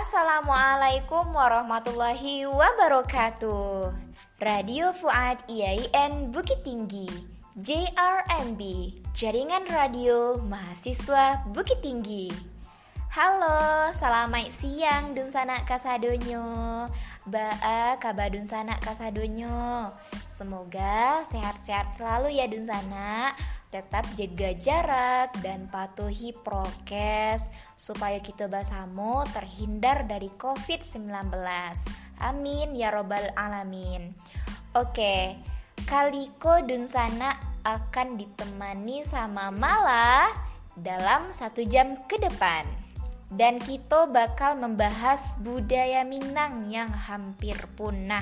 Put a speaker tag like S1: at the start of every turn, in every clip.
S1: Assalamualaikum warahmatullahi wabarakatuh. Radio Fuad IAIN Bukit Tinggi, JRMB, Jaringan Radio Mahasiswa Bukit Tinggi. Halo, selamat siang dun sanak kasadonyo. Baa kabadun sanak kasadonyo. Semoga sehat-sehat selalu ya dun sanak. Tetap jaga jarak dan patuhi prokes supaya kita bersama terhindar dari COVID-19. Amin ya robbal alamin. Oke, kaliko dun sana akan ditemani sama Mala dalam 1 jam ke depan. Dan kita bakal membahas budaya Minang yang hampir punah.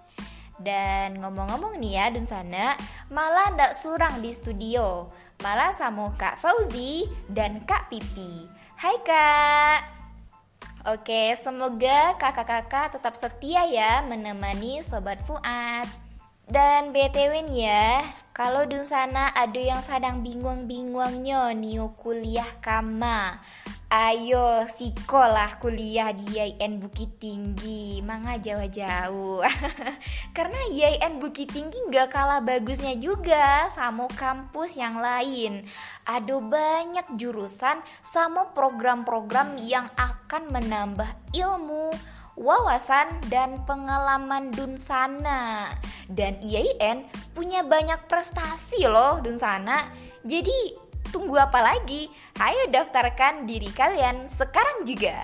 S1: Dan ngomong-ngomong nih ya dun sana, Mala ndak surang di studio. Mala sama Kak Fauzi dan Kak Pipi. Hai Kak. Oke, semoga kakak-kakak tetap setia ya menemani Sobat Fuad. Dan BTW nih ya, kalau dun sana ada yang sedang bingung-bingungnya nih kuliah kama. Ayo sekolah kuliah di IAIN Bukit Tinggi, mangga jauh-jauh. Karena IAIN Bukit Tinggi gak kalah bagusnya juga sama kampus yang lain. Ada banyak jurusan sama program-program yang akan menambah ilmu, wawasan dan pengalaman dun sana. Dan IAIN punya banyak prestasi loh dun sana. Jadi tunggu apa lagi? Ayo daftarkan diri kalian sekarang juga.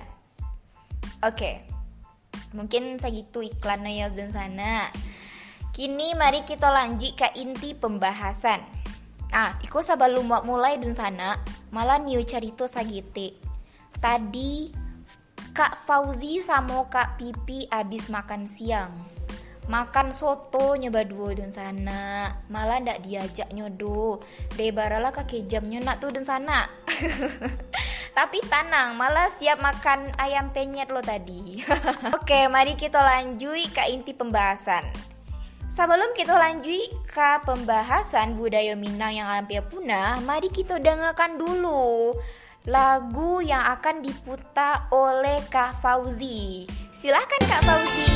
S1: Oke, mungkin segitu iklannya ya dan sana. Kini mari kita lanjut ke inti pembahasan. Iko sebelum mulai dan sana, malah new cerita sagiti. Tadi Kak Fauzi sama Kak Pipi abis makan siang. Makan soto nyoba dua dan sana. Malah ndak diajak nyodo. Debarala kaki jamnya nak tuh dan sana. Tapi tenang, malah siap makan ayam penyet lo tadi. Oke, mari kita lanjut ke inti pembahasan. Sebelum kita lanjut ke pembahasan budaya Minang yang hampir punah, mari kita dengarkan dulu lagu yang akan diputar oleh Kak Fauzi. Silahkan Kak Fauzi.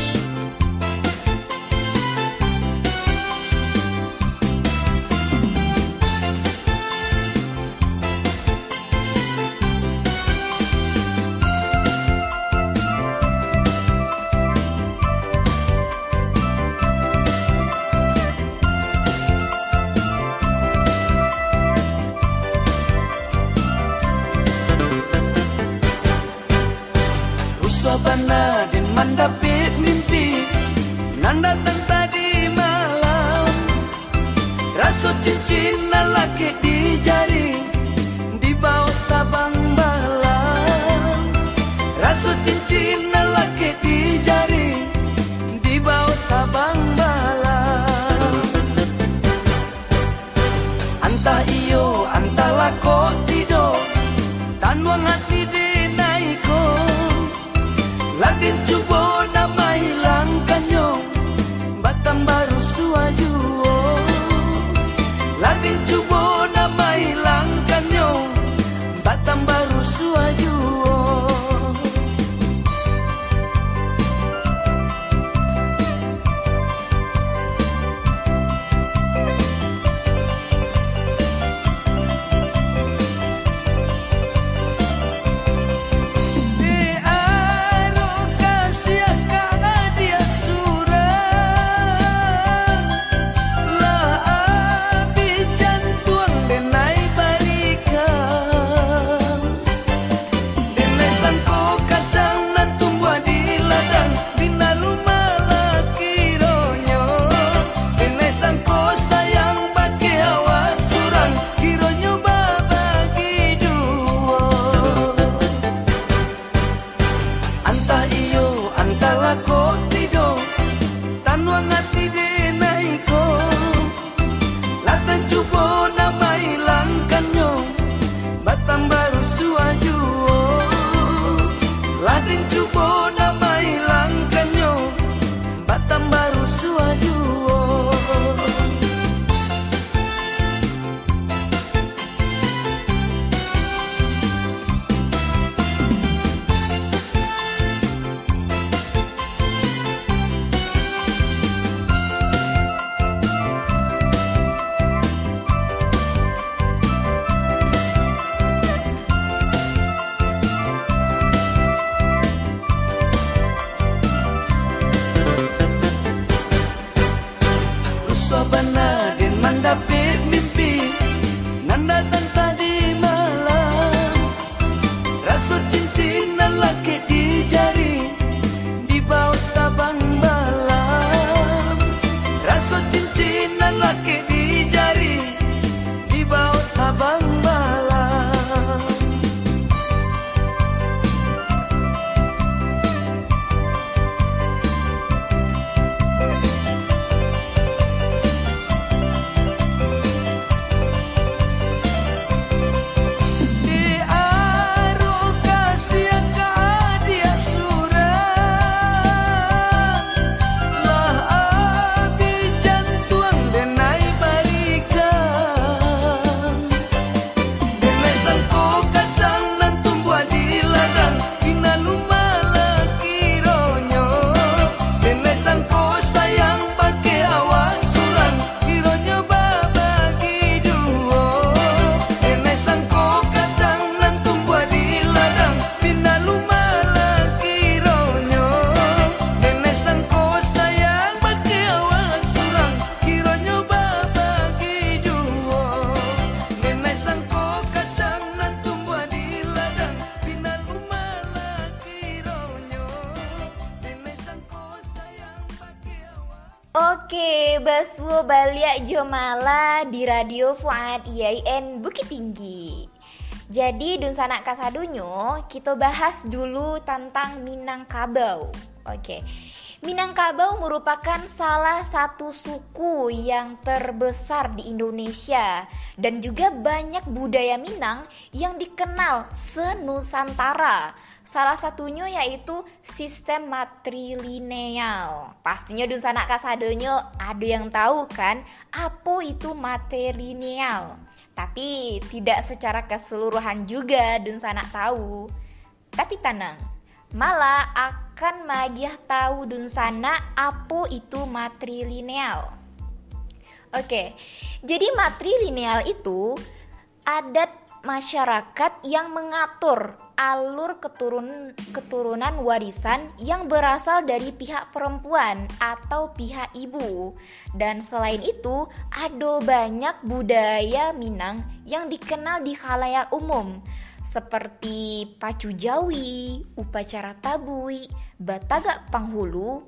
S2: Suasana dan mendapit mimpi nan datang tadi malam. Rasa cincin lelaki di jari di bawah tabang balam. Rasa cincin lelaki di jari di bawah tabang balam. Antah iyo antah lako tido tanwang hati di naiko. Lagin cubo nama hilangkannya batang baru suajuo. Lagin cubo nama hilangkannya batang baru suajuo. suasana dan mendapit mimpi nan datang tadi malam. Rasa cincin nan laki di jari di bawah tabang malam. Rasa cincin nan laki di jari di bawah tabang malam.
S1: Oke, Baswo Baliak Jomala di Radio Fuad IAIN Bukit Tinggi. Jadi dun sanak kasadunyo, kita bahas dulu tentang Minangkabau. Oke. Minangkabau merupakan salah satu suku yang terbesar di Indonesia dan juga banyak budaya Minang yang dikenal se-Nusantara. Salah satunya yaitu sistem matrilineal. Pastinya dun sanak kasadonyo ada yang tahu kan apa itu matrilineal. Tapi tidak secara keseluruhan juga dun sanak tahu. Tapi tenang, malah akan magiah tahu dun sana apa itu matrilineal. Oke, jadi matrilineal itu adat masyarakat yang mengatur alur keturunan warisan yang berasal dari pihak perempuan atau pihak ibu. Dan selain itu, ada banyak budaya Minang yang dikenal di khalayak umum seperti pacu jawi, upacara tabui, batagak panghulu.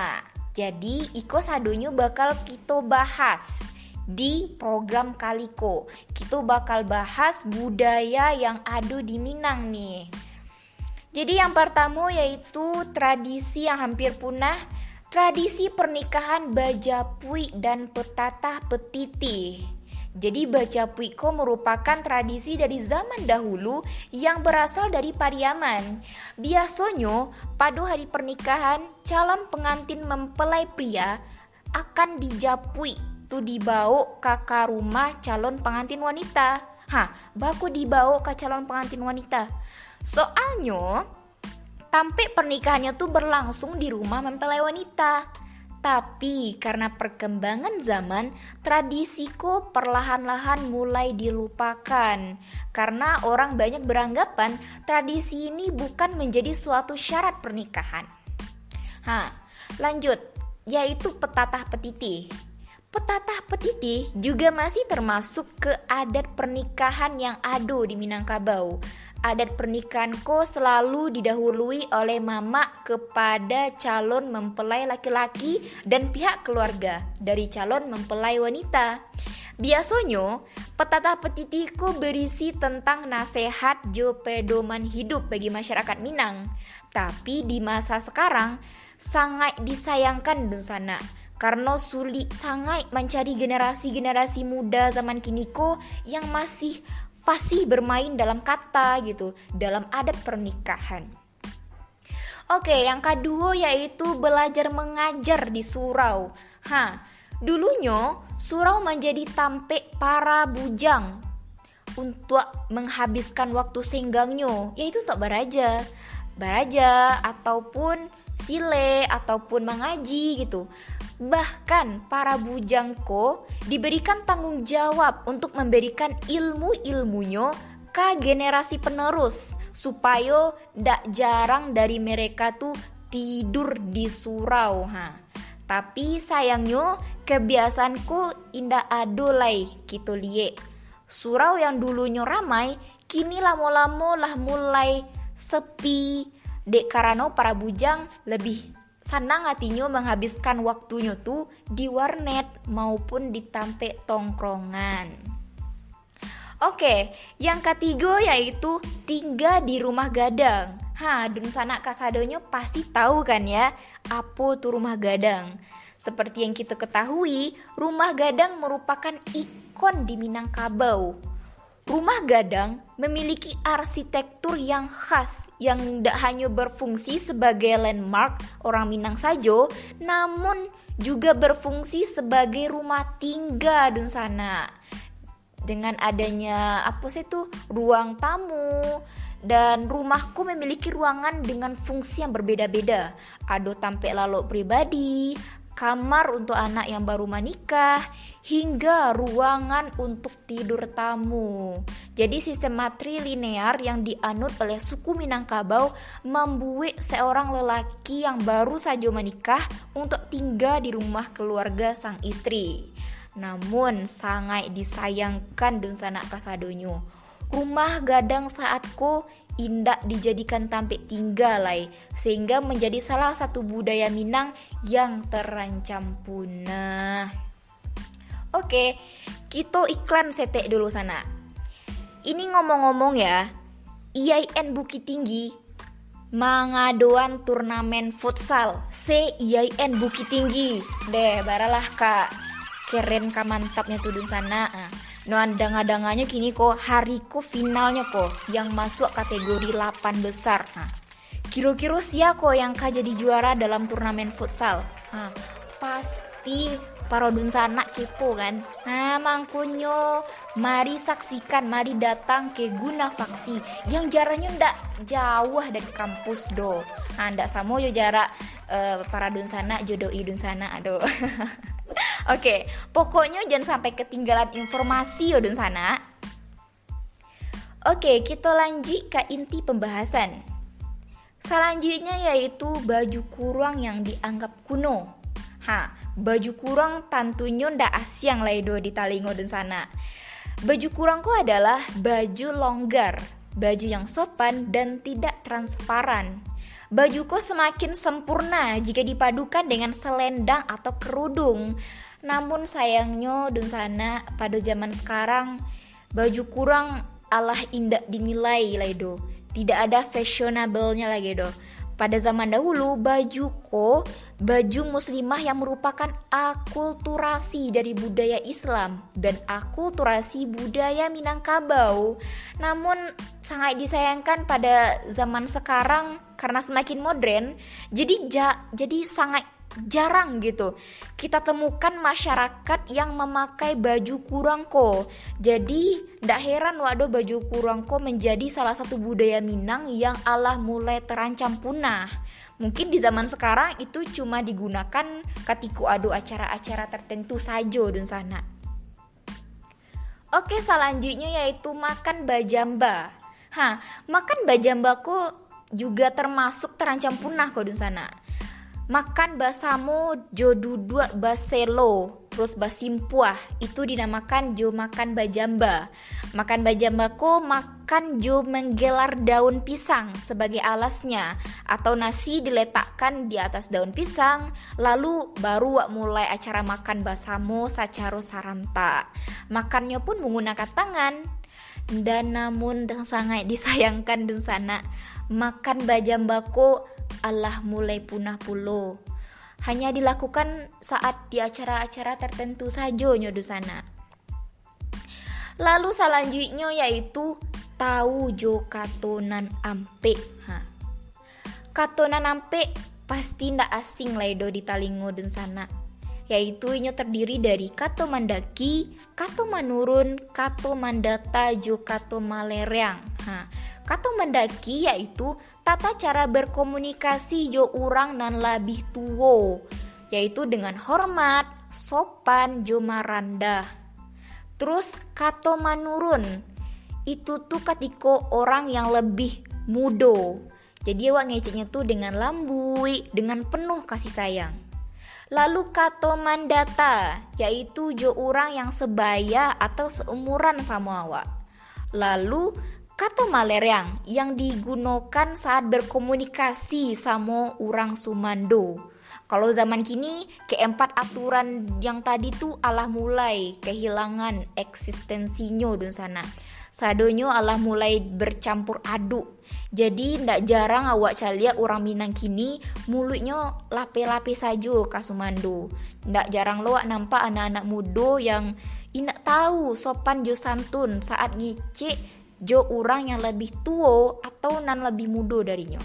S1: Jadi iko sadonyo bakal kita bahas di program Kaliko. Kita bakal bahas budaya yang ada di Minang nih. Jadi yang pertama yaitu tradisi yang hampir punah, tradisi pernikahan Bajapui dan Petatah Petitih. Jadi Bajapui ko merupakan tradisi dari zaman dahulu yang berasal dari Pariaman. Biasanya pada hari pernikahan calon pengantin mempelai pria akan dijapui tu dibawa ke rumah calon pengantin wanita. Baku dibawa ke calon pengantin wanita. Soalnya tampik pernikahannya tuh berlangsung di rumah mempelai wanita. Tapi karena perkembangan zaman, tradisiko perlahan-lahan mulai dilupakan. Karena orang banyak beranggapan tradisi ini bukan menjadi suatu syarat pernikahan. Lanjut, yaitu petatah petitih. Petatah petitih juga masih termasuk ke adat pernikahan yang ada di Minangkabau. Adat pernikahan ko selalu didahului oleh mamak kepada calon mempelai laki-laki dan pihak keluarga dari calon mempelai wanita. Biasanya, petatah petitih ko berisi tentang nasihat jo pedoman hidup bagi masyarakat Minang. Tapi di masa sekarang, sangat disayangkan dun sana. Karena sulit sangat mencari generasi-generasi muda zaman kini ko yang masih fasih bermain dalam kata gitu, dalam adat pernikahan. Oke, yang kedua yaitu belajar mengajar di surau. Dulunya surau menjadi tampek para bujang untuk menghabiskan waktu senggangnya, yaitu tak baraja ataupun sile ataupun mengaji gitu. Bahkan para bujangko diberikan tanggung jawab untuk memberikan ilmu-ilmunya ke generasi penerus supaya ndak jarang dari mereka tuh tidur di surau. Tapi sayangnya kebiasaanku indah adolai gitu liye. Surau yang dulunya ramai kini lamo-lamo lah mulai sepi. Dek karena para bujang lebih senang hatinya menghabiskan waktunya tuh di warnet maupun di tampe tongkrongan. Oke, yang ketiga yaitu tinggal di rumah gadang. Dun sanak kasadonyo pasti tahu kan ya, apa tuh rumah gadang. Seperti yang kita ketahui, rumah gadang merupakan ikon di Minangkabau. Rumah gadang memiliki arsitektur yang khas, yang tidak hanya berfungsi sebagai landmark orang Minang saja, namun juga berfungsi sebagai rumah tinggal dun sana. Dengan adanya ruang tamu, dan rumahku memiliki ruangan dengan fungsi yang berbeda-beda. Ada tampe lalok pribadi, kamar untuk anak yang baru menikah, hingga ruangan untuk tidur tamu. Jadi sistem matrilinear yang dianut oleh suku Minangkabau membuat seorang lelaki yang baru saja menikah untuk tinggal di rumah keluarga sang istri. Namun sangat disayangkan dun sanak kasadonyo, rumah gadang saatku indak dijadikan tampik tinggal sehingga menjadi salah satu budaya Minang yang terancam punah. Oke, kita iklan setek dulu sana. Ini ngomong-ngomong ya, IAIN Bukit Tinggi mengaduan turnamen futsal IAIN Bukit Tinggi. Deh, baralah kak, keren ka mantapnya tuh dun sana. No andang-andanganya kini kok hariku finalnya kok yang masuk kategori 8 besar. Kira-kira siapa yang jadi juara dalam turnamen futsal? Pasti para dun sana kepo kan. Mangkunyo, mari saksikan, mari datang ke Guna Faksi yang jaraknya ndak jauh dari kampus do. Ndak sama yo jarak para dun sana jodoi dun sana aduh. Oke, pokoknya jangan sampai ketinggalan informasi yo dun sana. Oke, kita lanjut ke inti pembahasan. Selanjutnya yaitu baju kurung yang dianggap kuno. Baju kurung tentunya ndak asyang do di talingo dun sana. Baju kurungku adalah baju longgar, baju yang sopan dan tidak transparan. Bajuku semakin sempurna jika dipadukan dengan selendang atau kerudung. Namun sayangnya dun sana pada zaman sekarang baju kurung alah indak dinilai do. Tidak ada fashionable-nya lagi do. Pada zaman dahulu baju muslimah yang merupakan akulturasi dari budaya Islam dan akulturasi budaya Minangkabau. Namun sangat disayangkan pada zaman sekarang karena semakin modern, jadi sangat jarang gitu kita temukan masyarakat yang memakai baju kurungko. Jadi ndak heran baju kurungko menjadi salah satu budaya Minang yang mulai terancam punah. Mungkin di zaman sekarang itu cuma digunakan ketika ada acara-acara tertentu saja dun sana. Oke, selanjutnya yaitu makan bajamba. Makan bajambaku juga termasuk terancam punah kok dun sana. Makan basamo jo dudua baselo terus basimpuah itu dinamakan jo makan bajamba. Makan bajambako makan jo menggelar daun pisang sebagai alasnya atau nasi diletakkan di atas daun pisang lalu baru mulai acara makan basamo sacara saranta. Makannya pun menggunakan tangan. Dan namun sangat disayangkan dun sana makan bajambako mulai punah pulo. Hanya dilakukan saat di acara-acara tertentu saja nyodo sana. Lalu selanjutnya yaitu tahu jo katonan ampe. Katonan ampe pasti ndak asing do di talingo dun sana. Yaitu inyo terdiri dari kato mandaki, kato manurun, kato mandata, jo kato malereang. Kato mandaki yaitu tata cara berkomunikasi jo urang nan labih tuwo, yaitu dengan hormat, sopan, jo maranda. Terus kato manurun itu tuh ketika orang yang lebih mudo. Jadi ngeceknya tuh dengan lambui, dengan penuh kasih sayang. Lalu kato mandata, yaitu jo orang yang sebaya atau seumuran sama awak. Lalu kato malereang yang digunakan saat berkomunikasi sama orang Sumando. Kalau zaman kini keempat aturan yang tadi tuh alah mulai kehilangan eksistensinya dun sana. Sadonyo alah mulai bercampur aduk. Jadi ndak jarang awak calia orang Minang kini mulutnya lape-lape saja kasumando. Ndak jarang lo nampak anak-anak muda yang indak tahu sopan jo santun saat ngicik jo orang yang lebih tua atau nan lebih muda darinya.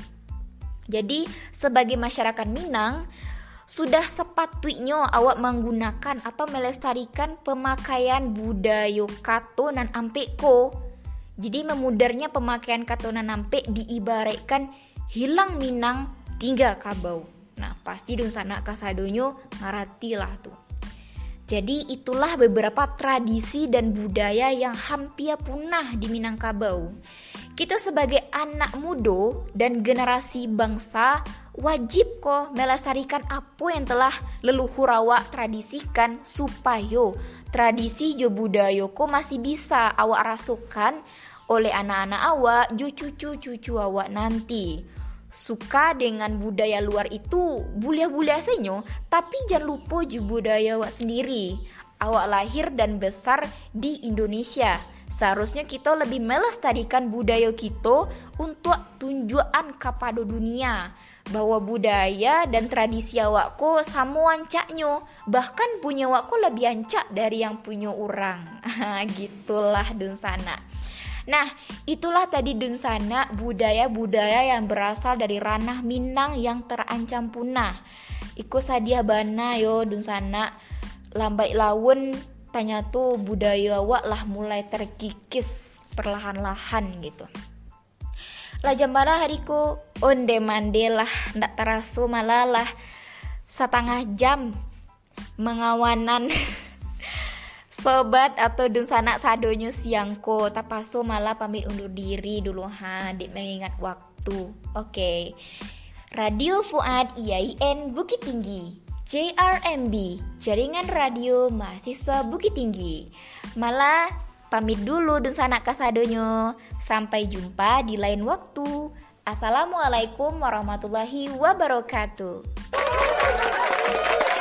S1: Jadi sebagai masyarakat Minang sudah sepatutnya awak menggunakan atau melestarikan pemakaian budaya kato nan ampek ko. Jadi memudarnya pemakaian kato nan ampek diibaratkan hilang Minang tinggal kabau. Nah pasti dun sana kasadonyo ngarati lah tuh. Jadi itulah beberapa tradisi dan budaya yang hampir punah di Minangkabau. Kita sebagai anak muda dan generasi bangsa wajib kok melestarikan apa yang telah leluhur awak tradisikan supaya tradisi jo budaya kok masih bisa awak rasukan oleh anak-anak awak jo cucu-cucu awak nanti. Suka dengan budaya luar itu boleh-boleh saja, tapi jangan lupa jo budaya awak sendiri. Awak lahir dan besar di Indonesia. Seharusnya kita lebih melestarikan budaya kita untuk tunjukan kepada dunia bahwa budaya dan tradisi awakku sama ancaknya, bahkan punya awakku lebih ancak dari yang punya orang. Gitulah dun sana. Nah, itulah tadi dun sana budaya-budaya yang berasal dari ranah Minang yang terancam punah. Iku sadia bana yo dun sana lambai lawun tanya tuh budaya awak lah mulai terkikis perlahan-lahan gitu. Lah jambara hariku onde mande lah ndak terasu malah lah setengah jam mengawanan sobat atau dun sanak sadonyo siangko tapaso malah pamit undur diri dulu dik mengingat waktu. Oke. Radio Fuad IAIN Bukit Tinggi JRMB, Jaringan Radio Mahasiswa Bukit Tinggi. Malah pamit dulu dun sanak kasadonyo. Sampai jumpa di lain waktu. Assalamualaikum warahmatullahi wabarakatuh.